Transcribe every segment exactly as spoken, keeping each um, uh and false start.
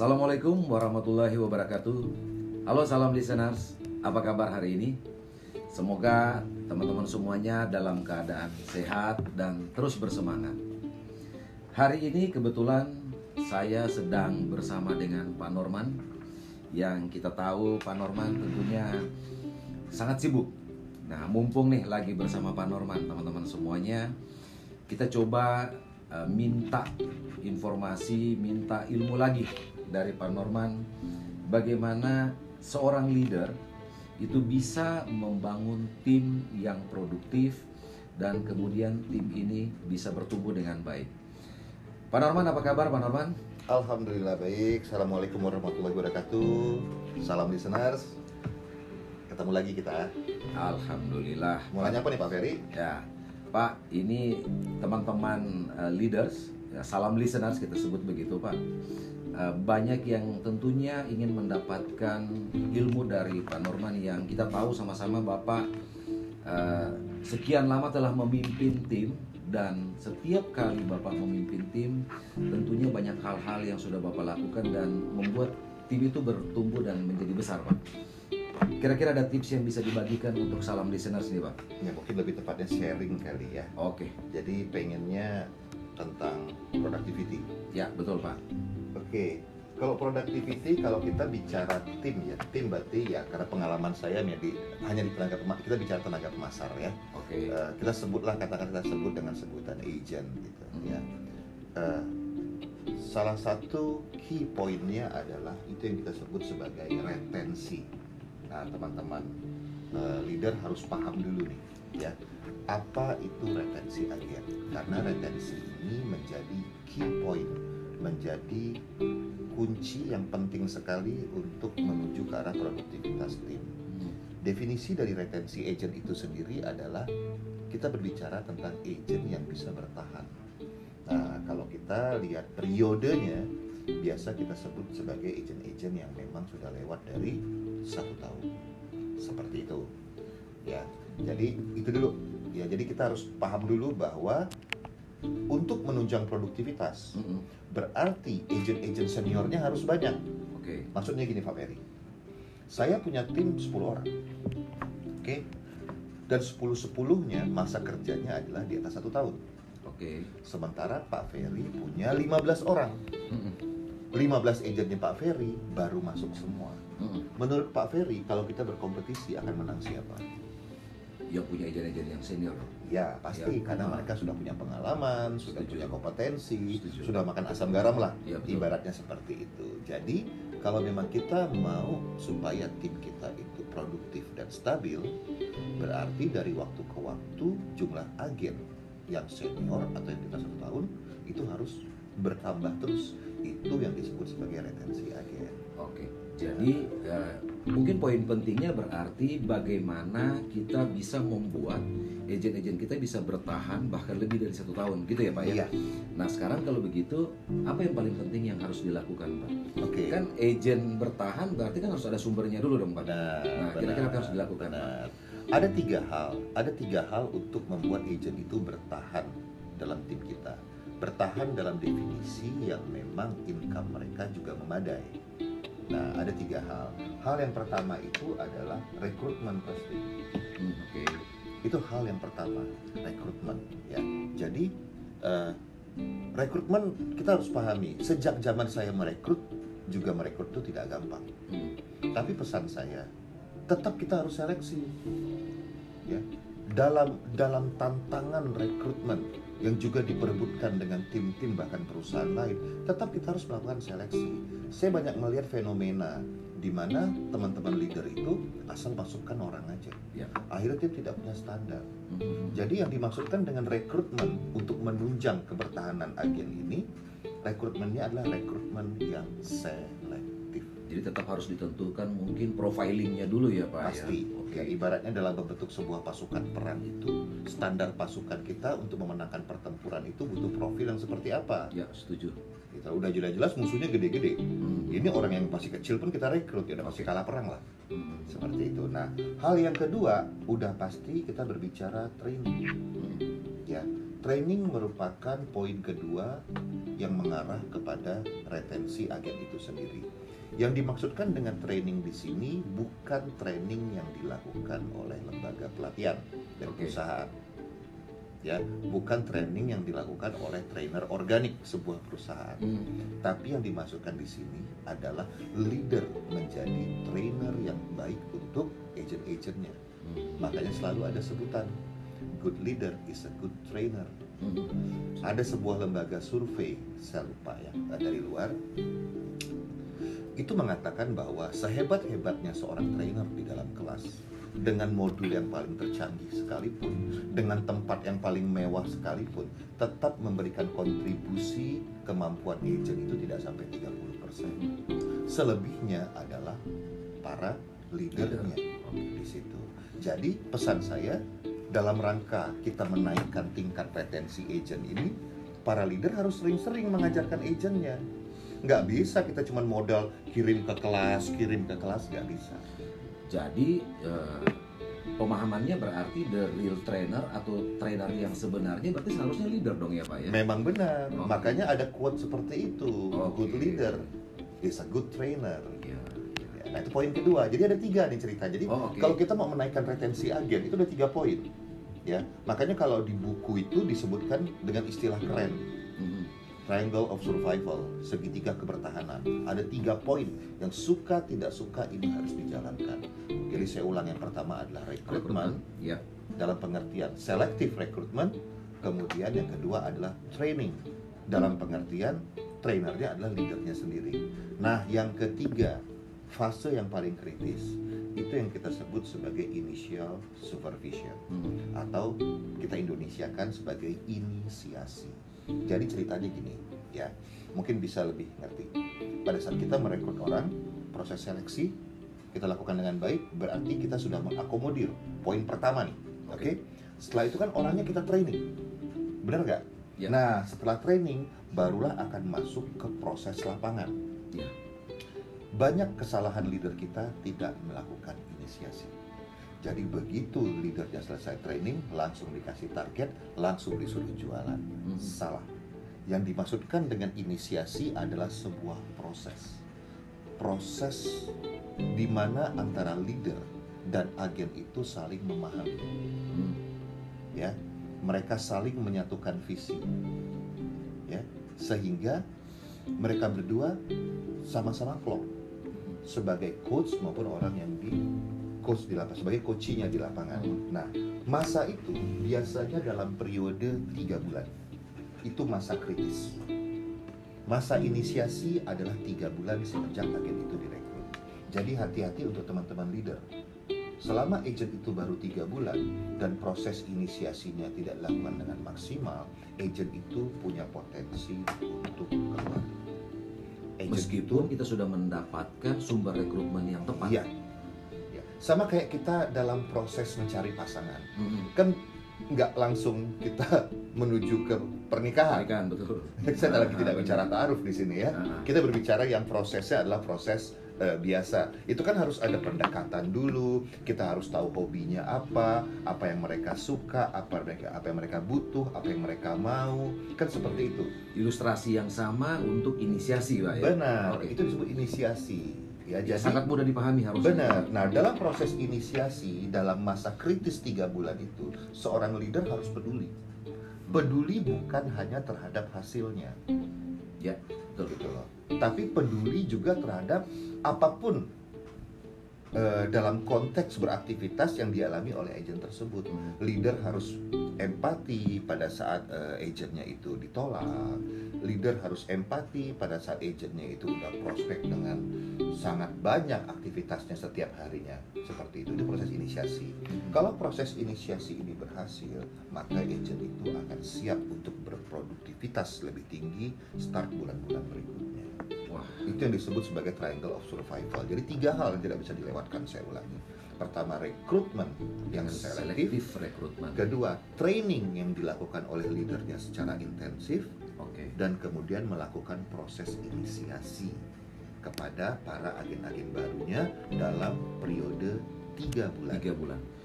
Assalamualaikum warahmatullahi wabarakatuh. Halo salam listeners, apa kabar hari ini? Semoga teman-teman semuanya dalam keadaan sehat dan terus bersemangat. Hari ini kebetulan saya sedang bersama dengan Pak Norman. Yang kita tahu Pak Norman tentunya sangat sibuk. Nah, mumpung nih lagi bersama Pak Norman, teman-teman semuanya, kita coba uh, minta informasi, minta ilmu lagi dari Pak Norman, bagaimana seorang leader itu bisa membangun tim yang produktif dan kemudian tim ini bisa bertumbuh dengan baik. Pak Norman, apa kabar Pak Norman? Alhamdulillah baik. Assalamualaikum warahmatullahi wabarakatuh. Salam listeners. Ketemu lagi kita. Alhamdulillah. Mau nanya apa nih Pak Ferry? Ya, Pak, ini teman-teman uh, leaders, ya, salam listeners kita sebut begitu Pak. Uh, banyak yang tentunya ingin mendapatkan ilmu dari Pak Norman yang kita tahu sama-sama Bapak uh, sekian lama telah memimpin tim, dan setiap kali Bapak memimpin tim tentunya banyak hal-hal yang sudah Bapak lakukan dan membuat tim itu bertumbuh dan menjadi besar Pak. Kira-kira ada tips yang bisa dibagikan untuk salam listeners nih Pak? Ya mungkin lebih tepatnya sharing kali ya. Oke. Jadi pengennya tentang productivity. Ya betul Pak. Oke. Kalau productivity, kalau kita bicara tim ya, tim berarti ya karena pengalaman saya ya di, hanya di tenaga pemasar, kita bicara tenaga pemasar ya. Oke. Uh, kita sebutlah katakan kita sebut dengan sebutan agent gitu hmm. ya. Uh, salah satu key pointnya adalah itu yang kita sebut sebagai retensi. Nah teman-teman uh, leader harus paham dulu nih ya, apa itu retensi agen, karena retensi ini menjadi key point, menjadi kunci yang penting sekali untuk menuju ke arah produktivitas tim. Definisi dari retensi agent itu sendiri adalah kita berbicara tentang agent yang bisa bertahan. Nah kalau kita lihat periodenya, biasa kita sebut sebagai agent-agent yang memang sudah lewat dari satu tahun, seperti itu ya. Jadi itu dulu ya, jadi kita harus paham dulu bahwa untuk menunjang produktivitas mm-hmm. berarti agent-agent seniornya harus banyak. Oke. Okay. Maksudnya gini Pak Ferry, saya punya tim sepuluh orang, oke okay? Dan sepuluh-sepuluhnya masa kerjanya adalah di atas satu tahun. Oke. Okay. Sementara Pak Ferry punya lima belas orang. Mm-hmm. lima belas agentnya Pak Ferry baru masuk semua. Mm-hmm. Menurut Pak Ferry, kalau kita berkompetisi akan menang siapa? Yang punya agent-agent yang senior. Ya pasti, ya, karena nah. mereka sudah punya pengalaman, sudah Setuju. punya kompetensi, Setuju. sudah makan asam garam lah, ya, ibaratnya seperti itu. Jadi kalau memang kita mau supaya tim kita itu produktif dan stabil, berarti dari waktu ke waktu jumlah agen yang senior atau yang di atas satu tahun itu harus bertambah terus. Itu yang disebut sebagai retensi agen. Oke. Jadi uh, mungkin poin pentingnya berarti bagaimana kita bisa membuat agen-agen kita bisa bertahan bahkan lebih dari satu tahun, gitu ya Pak ya? Iya. Nah sekarang kalau begitu, apa yang paling penting yang harus dilakukan Pak? Oke. Kan agen bertahan berarti kan harus ada sumbernya dulu dong Pak. Benar, nah kira-kira apa yang harus dilakukan benar. Pak? Ada tiga hal, ada tiga hal untuk membuat agen itu bertahan dalam tim kita. Bertahan dalam definisi yang memang income mereka juga memadai. Nah, ada tiga hal. Hal yang pertama itu adalah rekrutmen pasti. Hmm, Oke. Okay. Itu hal yang pertama, rekrutmen. Ya. Jadi uh, rekrutmen kita harus pahami. Sejak zaman saya merekrut, juga merekrut itu tidak gampang. Hmm. Tapi pesan saya, tetap kita harus seleksi. Ya. Dalam dalam tantangan rekrutmen yang juga diperebutkan dengan tim-tim bahkan perusahaan lain, tetap kita harus melakukan seleksi. Saya banyak melihat fenomena di mana teman-teman leader itu asal masukkan orang aja, ya. Akhirnya dia tidak punya standar. Mm-hmm. Jadi yang dimaksudkan dengan rekrutmen untuk menunjang kebertahanan agen ini, rekrutmennya adalah rekrutmen yang selektif. Jadi tetap harus ditentukan mungkin profilingnya dulu ya Pak. Pasti. Ya? Ya, ibaratnya dalam bentuk sebuah pasukan perang itu, standar pasukan kita untuk memenangkan pertempuran itu butuh profil yang seperti apa? Ya, setuju. Kita udah jelas-jelas musuhnya gede-gede. Hmm. Ini orang yang masih kecil pun kita rekrut, ya udah pasti kalah perang lah. Hmm. Seperti itu. Nah, hal yang kedua, udah pasti kita berbicara training. Hmm. Ya, Training merupakan poin kedua yang mengarah kepada retensi agen itu sendiri. Yang dimaksudkan dengan training di sini bukan training yang dilakukan oleh lembaga pelatihan dan Oke. perusahaan. Ya, bukan training yang dilakukan oleh trainer organik sebuah perusahaan. Hmm. Tapi yang dimaksudkan di sini adalah leader menjadi trainer yang baik untuk agent-agentnya. Hmm. Makanya selalu ada sebutan good leader is a good trainer. Hmm. Ada sebuah lembaga survei, saya lupa ya, dari luar, itu mengatakan bahwa sehebat-hebatnya seorang trainer di dalam kelas, dengan modul yang paling tercanggih sekalipun, dengan tempat yang paling mewah sekalipun, tetap memberikan kontribusi kemampuan agent itu tidak sampai tiga puluh persen. Selebihnya adalah para leadernya di situ. Jadi pesan saya, dalam rangka kita menaikkan tingkat retensi agent ini, para leader harus sering-sering mengajarkan agentnya. Nggak bisa kita cuma modal kirim ke kelas, kirim ke kelas, nggak bisa. Jadi eh, pemahamannya berarti the real trainer atau trainer yang sebenarnya berarti seharusnya leader dong ya Pak ya? Memang benar, Oke. makanya ada quote seperti itu. Oke. Good leader is a good trainer. Iya, iya. Nah itu poin kedua. Jadi ada tiga nih cerita. Jadi Oh, oke. kalau kita mau menaikkan retensi agen itu ada tiga poin. Ya, makanya kalau di buku itu disebutkan dengan istilah keren, Mhm. Triangle of Survival, segitiga kebertahanan. Ada tiga poin yang suka tidak suka ini harus dijalankan. Jadi saya ulang, yang pertama adalah rekrutmen Ya. dalam pengertian selective recruitment, kemudian yang kedua adalah training dalam pengertian trainernya adalah leadernya sendiri. Nah, yang ketiga, fase yang paling kritis itu yang kita sebut sebagai initial supervision Mhm. atau kita Indonesiakan sebagai inisiasi. Jadi ceritanya gini, ya, mungkin bisa lebih ngerti. Pada saat kita merekrut orang, proses seleksi kita lakukan dengan baik, berarti kita sudah mengakomodir poin pertama nih, oke? Oke. Setelah itu kan orangnya kita training, benar nggak? Ya. Nah, setelah training, barulah akan masuk ke proses lapangan. Ya. Banyak kesalahan leader kita tidak melakukan inisiasi. Jadi begitu leadernya selesai training, langsung dikasih target, langsung disuruh jualan. Mhm. Salah. Yang dimaksudkan dengan inisiasi adalah sebuah proses. Proses di mana antara leader dan agen itu saling memahami. Mhm. Ya, mereka saling menyatukan visi. Ya, sehingga mereka berdua sama-sama klop sebagai coach maupun orang yang di coach di lapangan, sebagai coachingnya di lapangan. Nah, masa itu biasanya dalam periode tiga bulan. Itu masa kritis. Masa inisiasi adalah tiga bulan semenjak agen itu direkrut. Jadi hati-hati untuk teman-teman leader. Selama agent itu baru tiga bulan dan proses inisiasinya tidak dilakukan dengan maksimal, agent itu punya potensi untuk keluar. Agent Meskipun kita sudah mendapatkan sumber rekrutmen yang tepat. Iya. Ya. Sama kayak kita dalam proses mencari pasangan. Mhm. Kan nggak langsung kita menuju ke pernikahan. Kan betul. Saya lagi Ah, tidak benar. bicara ta'aruf di sini ya. Ah. Kita berbicara yang prosesnya adalah proses eh, biasa. Itu kan harus ada pendekatan dulu. Kita harus tahu hobinya apa, apa yang mereka suka, apa mereka apa yang mereka butuh, apa yang mereka mau. Kan seperti itu. Ilustrasi yang sama untuk inisiasi Pak ya. Benar. Oke. Itu disebut inisiasi. Ya, jadi Sangat mudah dipahami harusnya. benar. Nah, dalam proses inisiasi, dalam masa kritis tiga bulan itu, seorang leader harus peduli. Peduli bukan hanya terhadap hasilnya, Ya, betul. gitu loh. Tapi peduli juga terhadap apapun eh, dalam konteks beraktivitas yang dialami oleh agen tersebut. Hmm. Leader harus empati pada saat eh, agennya itu ditolak. Leader harus empati pada saat agennya itu udah prospek dengan sangat banyak aktivitasnya setiap harinya. Seperti itu, itu proses inisiasi. Kalau proses inisiasi ini berhasil, maka agen itu akan siap untuk berproduktivitas lebih tinggi start bulan-bulan berikutnya. Wah, Itu yang disebut sebagai triangle of survival. Jadi tiga hal yang tidak bisa dilewatkan, saya ulangi. Pertama, rekrutmen yang selektif. selektif rekrutmen. Kedua, training yang dilakukan oleh leadernya secara intensif. Oke. Dan kemudian melakukan proses inisiasi kepada para agen-agen barunya dalam periode tiga bulan. Tiga bulan.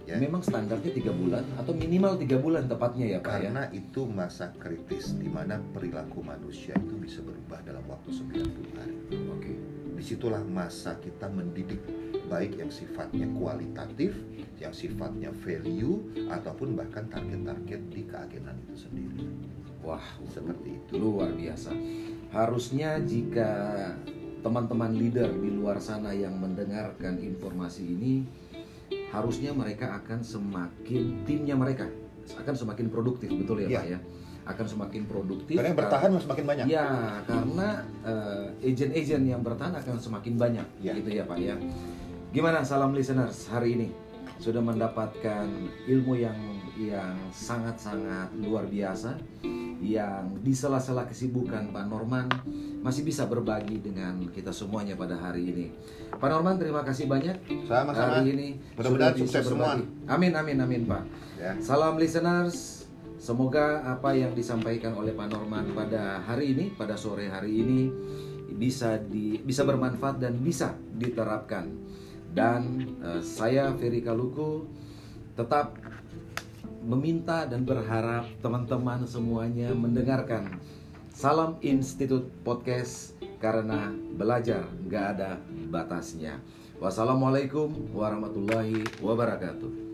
Ya. Memang standarnya tiga bulan atau minimal tiga bulan tepatnya ya Pak Karena ya? itu masa kritis di mana perilaku manusia itu bisa berubah dalam waktu sembilan puluh hari. Oke. Disitulah masa kita mendidik, baik yang sifatnya kualitatif, yang sifatnya value, ataupun bahkan target-target di keagenan itu sendiri. Wah, Seperti itu. luar biasa. Harusnya jika teman-teman leader di luar sana yang mendengarkan informasi ini, harusnya mereka akan semakin, timnya mereka akan semakin produktif, betul ya, Ya. Pak ya? Akan semakin produktif. Karena yang bertahan semakin banyak. Ya, karena uh, agent-agent yang bertahan akan semakin banyak, Ya. gitu ya Pak ya. Gimana salam listeners hari ini? Sudah mendapatkan ilmu yang yang sangat-sangat luar biasa, yang di sela-sela kesibukan Pak Norman masih bisa berbagi dengan kita semuanya pada hari ini. Pak Norman, terima kasih banyak. Sama-sama. Hari ini Mudah-mudahan sudah bisa sukses semua. berbagi. Amin, amin, amin Pak. Ya. Salam listeners. Semoga apa yang disampaikan oleh Pak Norman pada hari ini, pada sore hari ini bisa di, bisa bermanfaat dan bisa diterapkan. Dan eh, saya Ferry Kaluku tetap meminta dan berharap teman-teman semuanya mendengarkan Salam Institute Podcast, karena belajar nggak ada batasnya. Wassalamualaikum warahmatullahi wabarakatuh.